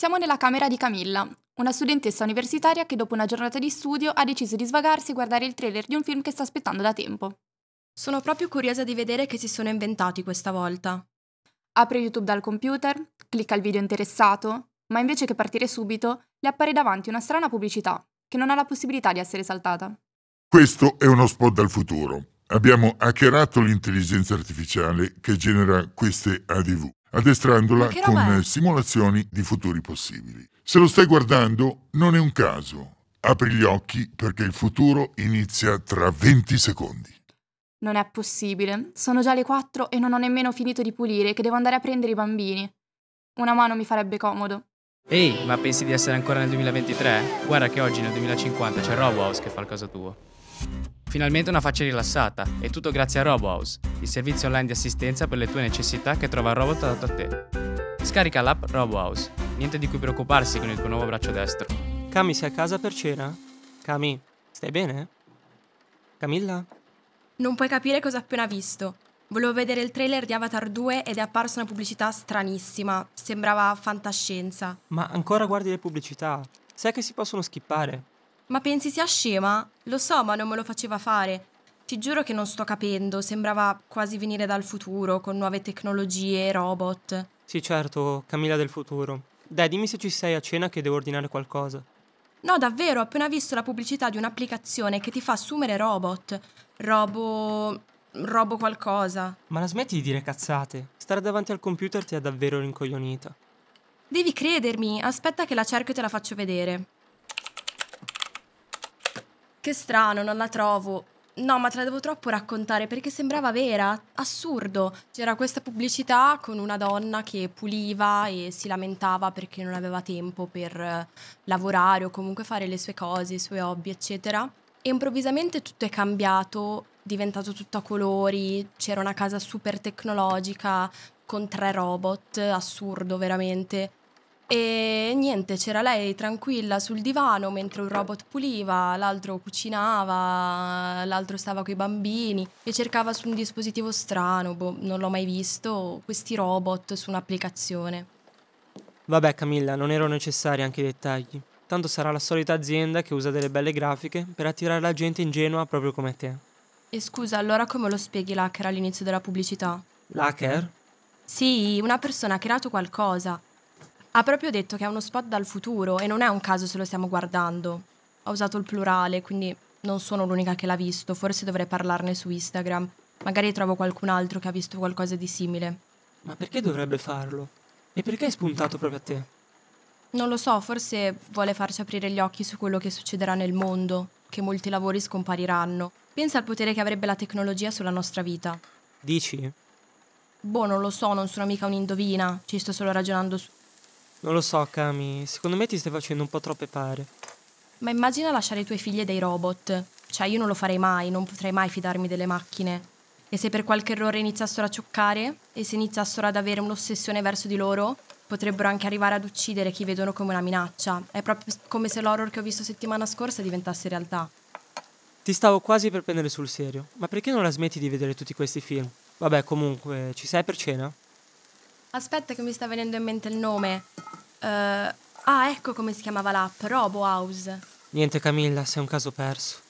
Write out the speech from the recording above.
Siamo nella camera di Camilla, una studentessa universitaria che dopo una giornata di studio ha deciso di svagarsi e guardare il trailer di un film che sta aspettando da tempo. Sono proprio curiosa di vedere che si sono inventati questa volta. Apre YouTube dal computer, clicca il video interessato, ma invece che partire subito, le appare davanti una strana pubblicità, che non ha la possibilità di essere saltata. Questo è uno spot dal futuro. Abbiamo hackerato l'intelligenza artificiale che genera queste ADV, addestrandola Ma che roba con è? simulazioni di futuri possibili. Se lo stai guardando, non è un caso. Apri gli occhi perché il futuro inizia tra 20 secondi. Non è possibile, sono già le 4 e non ho nemmeno finito di pulire che devo andare a prendere i bambini. Una mano mi farebbe comodo. Ehi, ma pensi di essere ancora nel 2023? Guarda che oggi nel 2050 c'è Robohouse che fa il caso tuo. Finalmente una faccia rilassata, e tutto grazie a Robohouse, il servizio online di assistenza per le tue necessità che trova il robot adatto a te. Scarica l'app Robohouse, niente di cui preoccuparsi con il tuo nuovo braccio destro. Cami, sei a casa per cena? Cami, stai bene? Camilla? Non puoi capire cosa ho appena visto. Volevo vedere il trailer di Avatar 2 ed è apparsa una pubblicità stranissima. Sembrava fantascienza. Ma ancora guardi le pubblicità? Sai che si possono skippare? Ma pensi sia scema? Lo so, ma non me lo faceva fare. Ti giuro che non sto capendo. Sembrava quasi venire dal futuro, con nuove tecnologie, robot. Sì, certo, Camilla del futuro. Dai, dimmi se ci sei a cena che devo ordinare qualcosa. No, davvero, ho appena visto la pubblicità di un'applicazione che ti fa assumere robot. Robo qualcosa. Ma la smetti di dire cazzate? Stare davanti al computer ti ha davvero rincoglionita. Devi credermi, aspetta che la cerco e te la faccio vedere. Che strano, non la trovo. No, ma te la devo troppo raccontare perché sembrava vera, assurdo. C'era questa pubblicità con una donna che puliva e si lamentava perché non aveva tempo per lavorare o comunque fare le sue cose, i suoi hobby, eccetera. E improvvisamente tutto è cambiato, diventato tutto a colori, c'era una casa super tecnologica con 3 robot, assurdo veramente. E niente, c'era lei tranquilla sul divano mentre un robot puliva, l'altro cucinava, l'altro stava coi bambini e cercava su un dispositivo strano, non l'ho mai visto, questi robot su un'applicazione. Vabbè, Camilla, non erano necessari anche i dettagli. Tanto sarà la solita azienda che usa delle belle grafiche per attirare la gente ingenua proprio come te. E scusa, allora come lo spieghi l'hacker all'inizio della pubblicità? L'hacker? Sì, una persona ha creato qualcosa. Ha proprio detto che è uno spot dal futuro e non è un caso se lo stiamo guardando. Ha usato il plurale, quindi non sono l'unica che l'ha visto, forse dovrei parlarne su Instagram. Magari trovo qualcun altro che ha visto qualcosa di simile. Ma perché dovrebbe farlo? E perché è spuntato proprio a te? Non lo so, forse vuole farci aprire gli occhi su quello che succederà nel mondo, che molti lavori scompariranno. Pensa al potere che avrebbe la tecnologia sulla nostra vita. Dici? Boh, non lo so, non sono mica un'indovina, ci sto solo ragionando su... Non lo so, Cami, secondo me ti stai facendo un po' troppe pare. Ma immagina lasciare i tuoi figli a dei robot. Cioè, io non lo farei mai, non potrei mai fidarmi delle macchine. E se per qualche errore iniziassero a cioccare, e se iniziassero ad avere un'ossessione verso di loro, potrebbero anche arrivare ad uccidere chi vedono come una minaccia. È proprio come se l'horror che ho visto settimana scorsa diventasse realtà. Ti stavo quasi per prendere sul serio, ma perché non la smetti di vedere tutti questi film? Vabbè, comunque, ci sei per cena? Aspetta che mi sta venendo in mente il nome. Ecco come si chiamava l'app, Robohouse. Niente, Camilla, sei un caso perso.